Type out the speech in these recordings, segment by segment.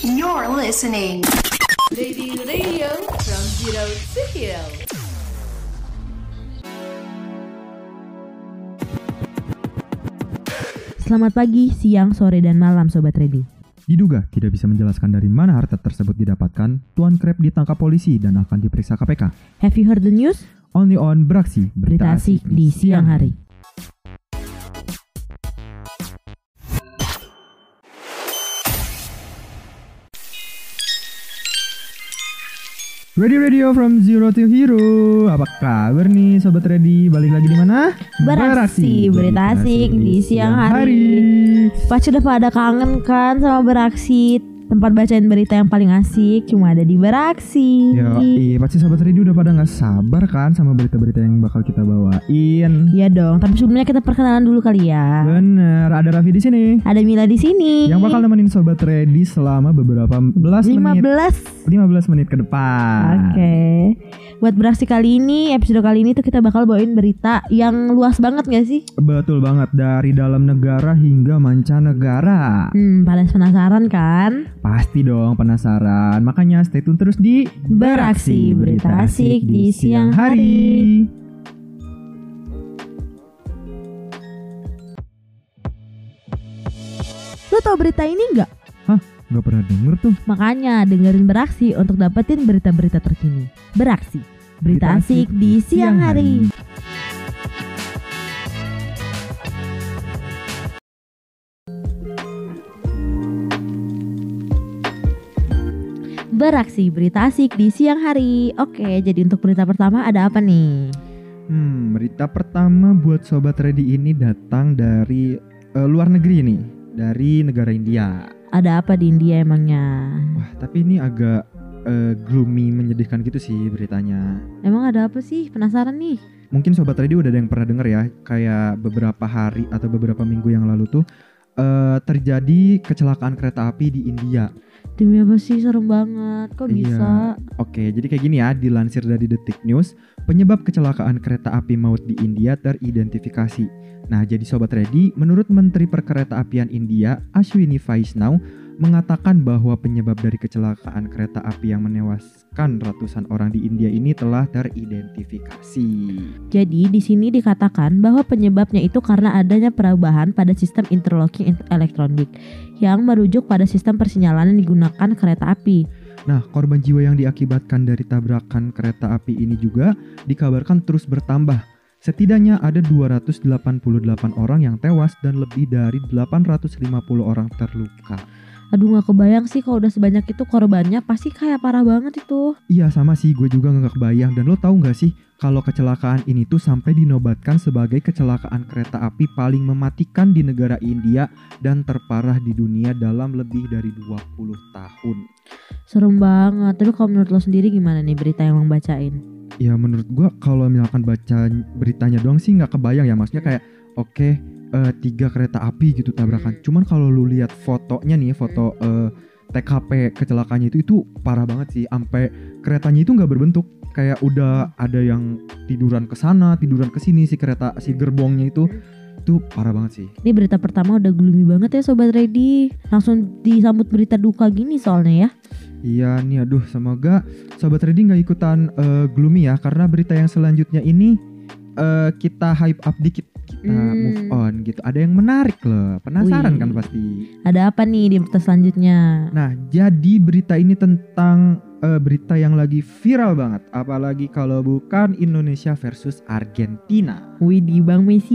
You're listening Baby Radio from Zero to Hero. Selamat pagi, siang, sore, dan malam Sobat Ready. Diduga tidak bisa menjelaskan dari mana harta tersebut didapatkan, Tuan Krep ditangkap polisi dan akan diperiksa KPK. Have you heard the news? Only on Beraksi, Berita asik di siang hari. Ready Radio from Zero to Hero. Apa kabar nih Sobat Ready? Balik lagi di mana? Beraksi, berita asik di siang hari. Pasti udah pada kangen kan sama Beraksi, tempat bacain berita yang paling asik cuma ada di Beraksi. Pasti Sobat Ready udah pada gak sabar kan sama berita-berita yang bakal kita bawain. Iya dong, tapi sebelumnya kita perkenalan dulu kali ya. Bener, ada Raffi di sini. Ada Mila di sini. Yang bakal nemenin Sobat Ready selama beberapa 15 menit ke depan. Oke. Buat Beraksi kali ini, episode kali ini tuh kita bakal bawain berita yang luas banget gak sih? Betul banget, dari dalam negara hingga mancanegara. Pada penasaran kan? Pasti dong penasaran. Makanya stay tune terus di Beraksi, berita asik di siang hari. Lo tau berita ini gak? Hah? Gak pernah denger tuh. Makanya dengerin Beraksi untuk dapetin berita-berita terkini. Beraksi, berita asik di siang hari. Beraksi, berita asik di siang hari. Oke, jadi untuk berita pertama ada apa nih? Berita pertama buat Sobat Ready ini datang dari luar negeri nih, dari negara India. Ada apa di India emangnya? Wah, tapi ini agak gloomy, menyedihkan gitu sih beritanya. Emang ada apa sih? Penasaran nih. Mungkin Sobat Ready udah ada yang pernah denger ya, kayak beberapa hari atau beberapa minggu yang lalu tuh terjadi kecelakaan kereta api di India. Demi apa sih? Serem banget. Kok bisa? Oke, jadi kayak gini ya, dilansir dari Detik News, penyebab kecelakaan kereta api maut di India teridentifikasi. Nah, jadi Sobat Ready, menurut Menteri Perkeretaapian India, Ashwini Vaishnaw, mengatakan bahwa penyebab dari kecelakaan kereta api yang menewaskan ratusan orang di India ini telah teridentifikasi. Jadi di sini dikatakan bahwa penyebabnya itu karena adanya perubahan pada sistem interlocking elektronik yang merujuk pada sistem persinyalan yang digunakan kereta api. Nah, korban jiwa yang diakibatkan dari tabrakan kereta api ini juga dikabarkan terus bertambah. Setidaknya ada 288 orang yang tewas dan lebih dari 850 orang terluka. Aduh, gak kebayang sih kalau udah sebanyak itu korbannya, pasti kayak parah banget itu. Iya, sama sih, gue juga gak kebayang. Dan lo tahu gak sih kalau kecelakaan ini tuh sampai dinobatkan sebagai kecelakaan kereta api paling mematikan di negara India dan terparah di dunia dalam lebih dari 20 tahun. Serem banget. Tapi kalau menurut lo sendiri gimana nih berita yang lo bacain? Ya menurut gue kalau misalkan baca beritanya doang sih gak kebayang ya. Maksudnya kayak oke, 3 kereta api gitu tabrakan. Cuman kalau lu lihat fotonya nih, foto TKP kecelakaannya itu parah banget sih. Sampai keretanya itu nggak berbentuk, kayak udah ada yang tiduran ke sana, tiduran ke sini si gerbongnya itu parah banget sih. Ini berita pertama udah gloomy banget ya Sobat Ready. Langsung disambut berita duka gini soalnya ya. Iya nih, aduh, semoga Sobat Ready nggak ikutan gloomy ya, karena berita yang selanjutnya ini kita hype up dikit. Kita move on gitu. Ada yang menarik loh. Penasaran kan pasti. Ada apa nih di berita selanjutnya? Nah, jadi berita ini tentang berita yang lagi viral banget. Apalagi kalau bukan Indonesia versus Argentina. Widih, Bang Messi.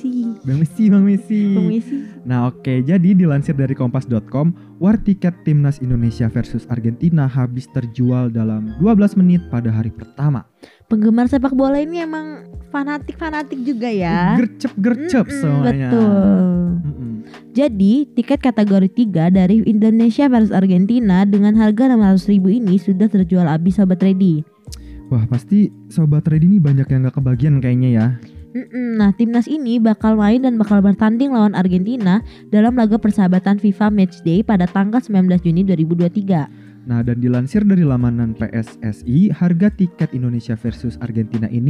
Nah, oke. Jadi dilansir dari kompas.com, war tiket timnas Indonesia versus Argentina habis terjual dalam 12 menit pada hari pertama. Penggemar sepak bola ini emang fanatik juga ya. Gercep semuanya. Betul. Jadi tiket kategori 3 dari Indonesia versus Argentina dengan harga 600.000 ini sudah terjual habis Sobat Ready. Wah, pasti Sobat Ready ini banyak yang gak kebagian kayaknya ya. Nah, timnas ini bakal main dan bakal bertanding lawan Argentina dalam laga persahabatan FIFA Matchday pada tanggal 19 Juni 2023. Nah, dan dilansir dari laman PSSI, harga tiket Indonesia versus Argentina ini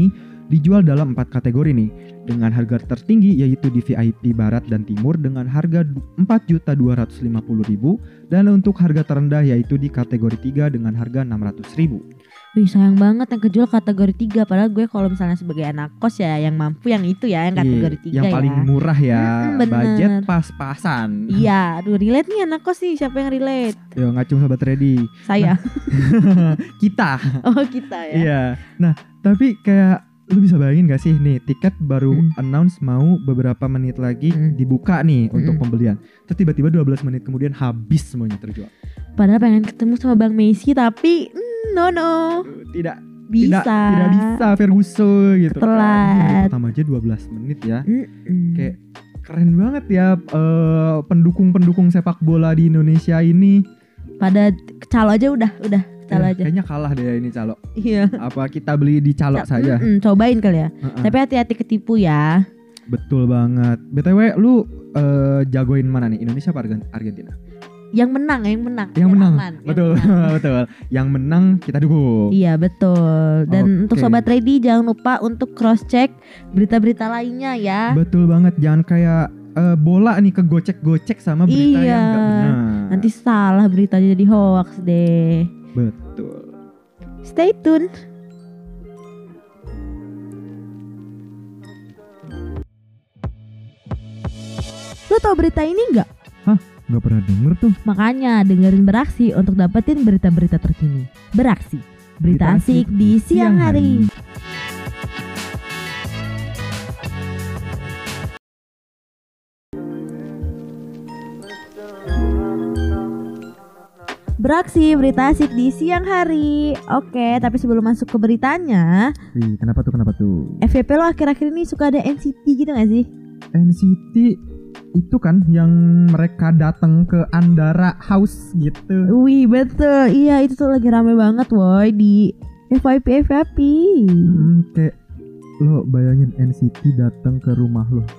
dijual dalam 4 kategori nih. Dengan harga tertinggi yaitu di VIP Barat dan Timur dengan harga 4.250.000 dan untuk harga terendah yaitu di kategori 3 dengan harga 600.000. Wih sayang banget yang kejual kategori 3. Padahal gue kalau misalnya sebagai anak kos ya yang mampu yang itu ya, yang kategori 3 yang ya. paling murah ya, bener. budget pas-pasan. Iya, aduh relate nih anak kos nih, siapa yang relate? Yo ngacung sobat ready. Saya. Kita. Oh kita ya. Iya. Nah, tapi kayak lu bisa bayangin gak sih nih tiket baru announce mau beberapa menit lagi dibuka nih untuk pembelian. Terus tiba-tiba 12 menit kemudian habis semuanya terjual. Padahal pengen ketemu sama Bang Messi tapi no. Tidak Bisa. Tidak bisa Ferguson gitu. Telat. Pertama aja 12 menit ya. Kayak keren banget ya pendukung-pendukung sepak bola di Indonesia ini. Pada calo aja udah calo aja. Kayaknya kalah deh ini calo. Iya. Apa kita beli di calo saja? Cobain kali ya. Tapi hati-hati ketipu ya. Betul banget. BTW lu jagoin mana nih? Indonesia apa Argentina? Yang menang. Aman, betul, betul. Yang menang kita dukung. Iya betul. Dan untuk Oke. sobat ready jangan lupa untuk cross check berita-berita lainnya ya. Betul banget. Jangan kayak bola nih kegocek-gocek sama berita Iya. yang gak benar. Nanti salah beritanya jadi hoax deh. Betul. Stay tune. Lo tau berita ini nggak? Gak pernah denger tuh. Makanya dengerin Beraksi untuk dapetin berita-berita terkini. Beraksi, berita asik di siang hari. Beraksi, berita asik di siang hari. Oke, tapi sebelum masuk ke beritanya, Kenapa tuh? FYP lo akhir-akhir ini suka ada NCT gitu gak sih? NCT itu kan yang mereka datang ke Andara House gitu. Wih betul, iya itu tuh lagi rame banget woy di FYP. Kayak lo bayangin NCT datang ke rumah lo.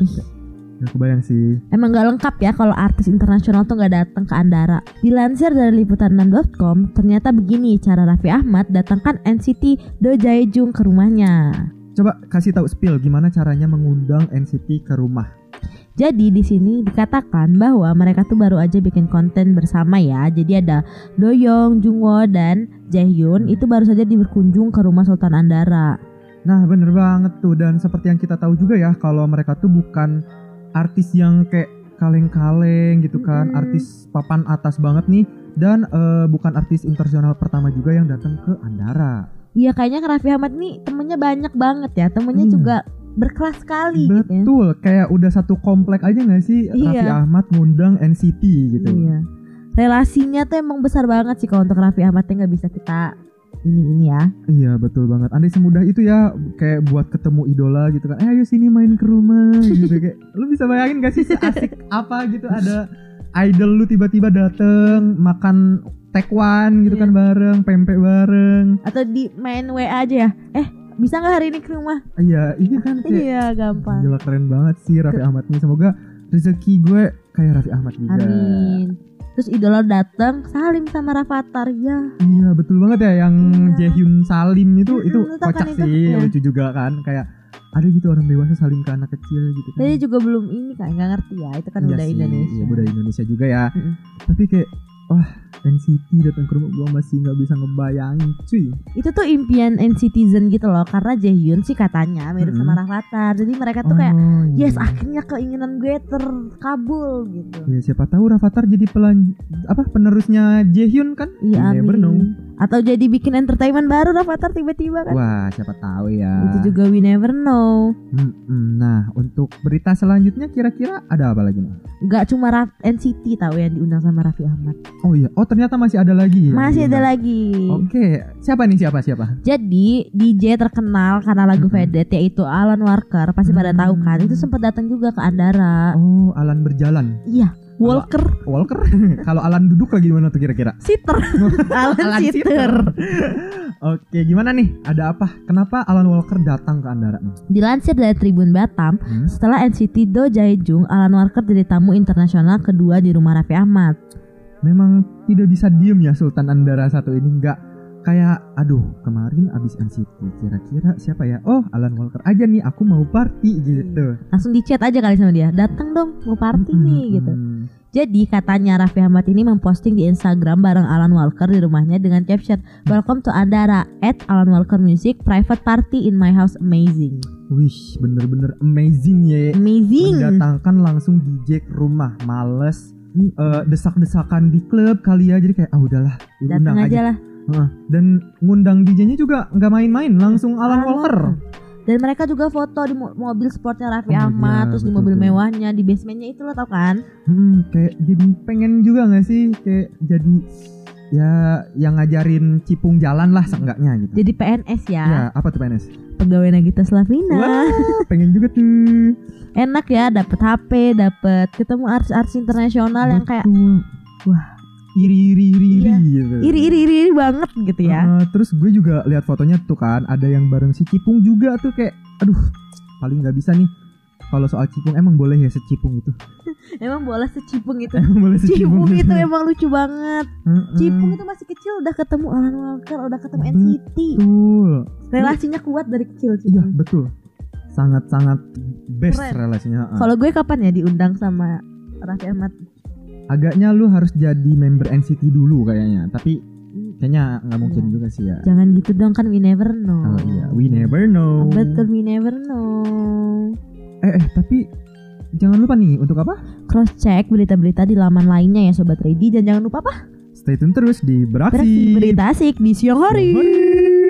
Gak kebayang sih. Emang gak lengkap ya kalau artis internasional tuh gak datang ke Andara. Dilansir dari liputan6.com, ternyata begini cara Raffi Ahmad datangkan NCT Do Jae-jung ke rumahnya. Coba kasih tahu spill gimana caranya mengundang NCT ke rumah. Jadi di sini dikatakan bahwa mereka tuh baru aja bikin konten bersama ya. Jadi ada Doyoung, Jungwoo dan Jaehyun itu baru saja berkunjung ke rumah Sultan Andara. Nah bener banget tuh. Dan seperti yang kita tahu juga ya, kalau mereka tuh bukan artis yang kayak kaleng-kaleng gitu kan, artis papan atas banget nih. Dan bukan artis internasional pertama juga yang datang ke Andara. Iya kayaknya Raffi Ahmad nih temennya banyak banget ya. Temennya juga berkelas sekali. Betul, gitu. kayak udah satu komplek aja gak sih Raffi Ahmad ngundang NCT gitu. Iya. Relasinya tuh emang besar banget sih kalau untuk Raffi Ahmadnya gak bisa kita ini ya. Iya betul banget. Andai semudah itu ya kayak buat ketemu idola gitu kan. Ayo sini main ke rumah gitu kayak. Lu bisa bayangin gak sih seasik apa gitu ada idol lu tiba-tiba dateng makan tekwan gitu kan bareng, pempek bareng. Atau di main WA aja ya. Bisa gak hari ini ke rumah? Iya, ini kan kayak iya gampang. gila keren banget sih Raffi Ahmad nih. Semoga rezeki gue kayak Raffi Ahmad juga. Amin. Terus idola datang salim sama Rafathar ya. Iya betul banget ya yang Jaehyun salim itu kocak kan sih, itu. lucu juga kan kayak ada gitu orang dewasa salim ke anak kecil gitu kan. Tadi juga belum ini kan nggak ngerti ya itu kan Iya budaya sih, Indonesia. Iya budaya Indonesia juga ya. Tapi kayak wah NCT datang ke rumah gue masih nggak bisa ngebayangin cuy. Itu tuh impian NCTzen gitu loh karena Jaehyun sih katanya mirip sama Rafathar. Jadi mereka tuh kayak yes akhirnya keinginan gue terkabul gitu. Ya siapa tahu Rafathar jadi penerusnya Jaehyun kan? Iya Never know. Atau jadi bikin entertainment baru Rafathar tiba-tiba kan. Wah siapa tahu ya. Itu juga we never know. Nah untuk berita selanjutnya kira-kira ada apa lagi nih? Gak cuma NCT tahu yang diundang sama Raffi Ahmad. Oh iya, ternyata masih ada lagi. Masih ada lagi. Oke, siapa nih siapa? Jadi DJ terkenal karena lagu Vedette yaitu Alan Walker, pasti pada tahu kan. Itu sempat datang juga ke Andara. Oh, Alan berjalan. Iya, Walker. Kalau Alan duduk lagi gimana tuh kira-kira? Sitter. Alan Sitter. Oke, gimana nih? Ada apa? Kenapa Alan Walker datang ke Andara? Dilansir dari Tribun Batam, setelah NCT Do Jae-jung, Alan Walker jadi tamu internasional kedua di rumah Raffi Ahmad. Memang tidak bisa diem ya Sultan Andara satu ini, kayak aduh kemarin abis NCT kira-kira siapa ya, oh Alan Walker aja nih, aku mau party gitu. Langsung di chat aja kali sama dia, datang dong mau party nih gitu. Jadi katanya Raffi Ahmad ini memposting di Instagram bareng Alan Walker di rumahnya dengan caption "Welcome to Andara at Alan Walker Music Private Party in my house amazing." Wih bener-bener amazing ya. Amazing. Mendatangkan langsung DJ ke rumah, males desak-desakan di klub kali ya, jadi kayak udahlah Datang aja lah. Dan ngundang DJ-nya juga nggak main-main, langsung Alan Walker. Dan mereka juga foto di mobil sportnya Raffi Ahmad, iya, terus di betul, mobil betul. mewahnya, di basementnya itu lo tau kan? Kayak jadi pengen juga nggak sih, kayak jadi ya yang ngajarin cipung jalan lah seenggaknya gitu. Jadi PNS ya. Ya apa tuh PNS? Pegawai Nagita Slavina. Wah, pengen juga tuh. Enak ya, dapet HP, dapet ketemu artis-artis internasional yang kayak wah, iri iya, gitu. iri banget gitu ya. Terus gue juga lihat fotonya tuh kan, ada yang bareng si Cipung juga tuh, kayak aduh paling nggak bisa nih kalau soal Cipung. Emang boleh ya secipung itu? Emang boleh secipung itu. Emang boleh Cipung secipung itu emang lucu banget. Cipung itu masih kecil udah ketemu Alan Walker, udah ketemu NCT. Betul. Relasinya kuat dari kecil Iya Cipung. betul. Sangat-sangat best Keren. relasinya. Kalau gue kapan ya diundang sama Raffi Ahmad? Agaknya lu harus jadi member NCT dulu kayaknya, tapi kayaknya nggak mungkin Iya. juga sih ya. Jangan gitu dong, kan we never know. Oh iya, we never know. Betul, we never know. Tapi jangan lupa nih untuk apa? Cross check berita-berita di laman lainnya ya Sobat Ready. Dan jangan lupa apa? Stay tune terus di Beraksi Beraksi. berita asik di siang hari. Siang hari.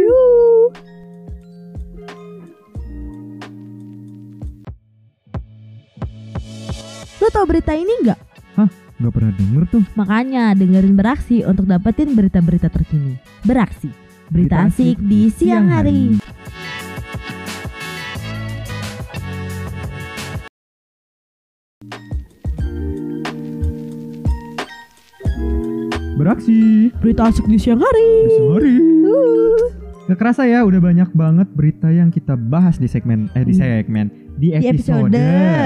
Lo tau berita ini nggak? Gak pernah denger tuh. Makanya dengerin Beraksi untuk dapetin berita-berita terkini. Beraksi, berita asik di siang hari. Beraksi Berita asik di siang hari. siang hari. Gak kerasa ya, udah banyak banget berita yang kita bahas di di episode.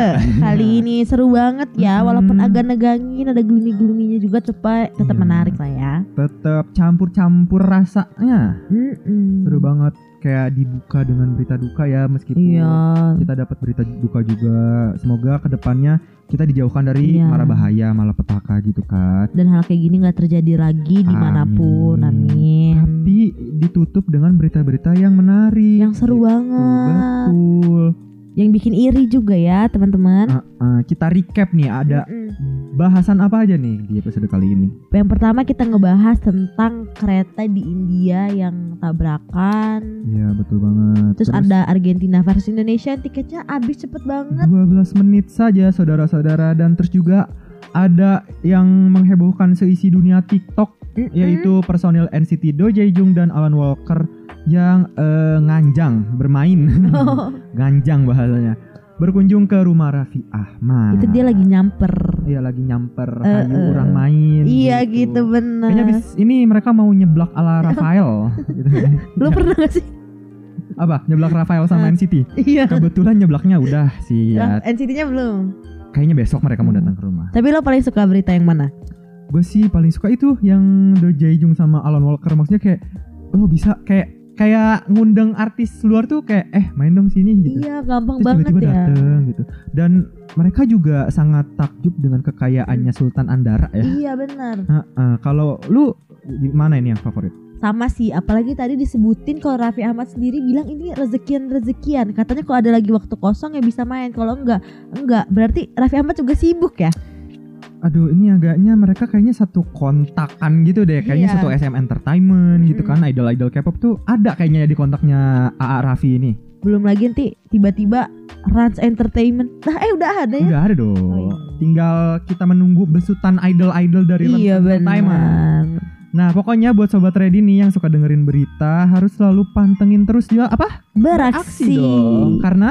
Kali ini seru banget ya, walaupun agak negangin, ada gloomy-gloominya juga, tetap Iya. menarik lah ya. Tetap campur-campur rasanya. Seru banget, kayak dibuka dengan berita duka ya, meskipun Iya. kita dapat berita duka juga. Semoga kedepannya kita dijauhkan dari Iya. mara bahaya, malapetaka gitu kan. Dan hal kayak gini nggak terjadi lagi dimanapun, amin. Tapi ditutup dengan berita-berita yang menarik, Yang seru gitu. banget, Betul. yang bikin iri juga ya teman-teman. Kita recap nih, ada bahasan apa aja nih di episode kali ini? Yang pertama kita ngebahas tentang kereta di India yang tabrakan. Ya betul banget. Terus ada Argentina versus Indonesia, tiketnya habis cepet banget. 12 menit saja saudara-saudara. Dan terus juga ada yang menghebohkan seisi dunia TikTok, yaitu personil NCT Do Jae-jung dan Alan Walker yang nganjang bermain. Ganjang bahasanya, berkunjung ke rumah Raffi Ahmad. Itu dia lagi nyamper. Iya lagi nyamper, hayu orang main. Iya gitu bener. Kayaknya abis ini mereka mau nyeblak ala Rafael. Gitu. Lu pernah gak sih? Apa? Nyeblak Rafael sama NCT? Iya. Kebetulan nyeblaknya udah sih ya. NCT-nya belum. Kayaknya besok mereka mau datang ke rumah. Tapi lo paling suka berita yang mana? Gue sih paling suka itu yang Do Jae-jung sama Alan Walker. Maksudnya kayak bisa kayak ngundang artis luar tuh, kayak main dong sini gitu. Iya gampang Terus banget tiba-tiba ya. dateng gitu. Dan mereka juga sangat takjub dengan kekayaannya Sultan Andara ya. Iya benar. Kalau lu di mana ini yang favorit? Sama sih, apalagi tadi disebutin kalau Raffi Ahmad sendiri bilang ini rezekian. Katanya kalau ada lagi waktu kosong ya bisa main. Kalau enggak. Berarti Raffi Ahmad juga sibuk ya? Aduh, ini agaknya mereka kayaknya satu kontakan gitu deh. Kayaknya Iya. satu SM Entertainment gitu kan. Idol-idol K-pop tuh ada kayaknya di kontaknya AA Raffi ini. Belum lagi nanti tiba-tiba Rans Entertainment. Nah udah ada ya? Udah ada dong. Oh, iya. Tinggal kita menunggu besutan idol-idol dari Iya Rans Entertainment. benar. Nah pokoknya buat Sobat Ready nih yang suka dengerin berita, harus selalu pantengin terus juga apa? Beraksi dong. Karena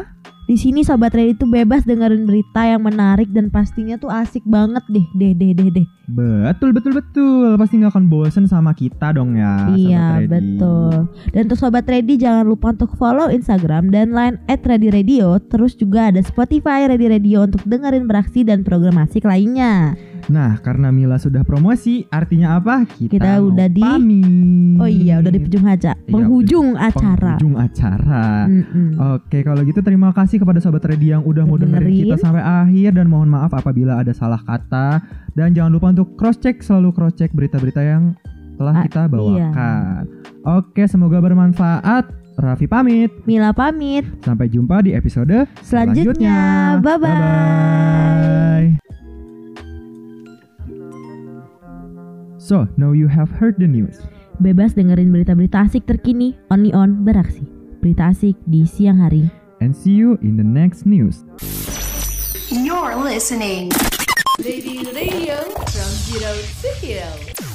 Di sini Sobat Ready tuh bebas dengerin berita yang menarik dan pastinya tuh asik banget deh. Betul. Pasti nggak akan bosen sama kita dong ya. Iya, Sobat Ready. betul. Dan untuk Sobat Ready jangan lupa untuk follow Instagram dan Line @readyradio. Terus juga ada Spotify Ready Radio untuk dengerin beraksi dan program asik lainnya. Nah, karena Mila sudah promosi, artinya apa? Kita mau udah di- pamit. Oh iya, udah di penghujung acara. Penghujung acara. Mm-mm. Oke, kalau gitu terima kasih kepada Sobat Ready yang udah mau dengerin dengerin. kita sampai akhir, dan mohon maaf apabila ada salah kata. Dan jangan lupa untuk selalu cross check berita-berita yang telah kita bawakan. Oke, semoga bermanfaat. Raffi pamit. Mila pamit. Sampai jumpa di episode Selanjutnya. Bye-bye. Bye-bye. So, now you have heard the news. Bebas dengerin berita-berita asik terkini. Only on Beraksi. Berita asik di siang hari. And see you in the next news. You're listening. Radio from zero to hero.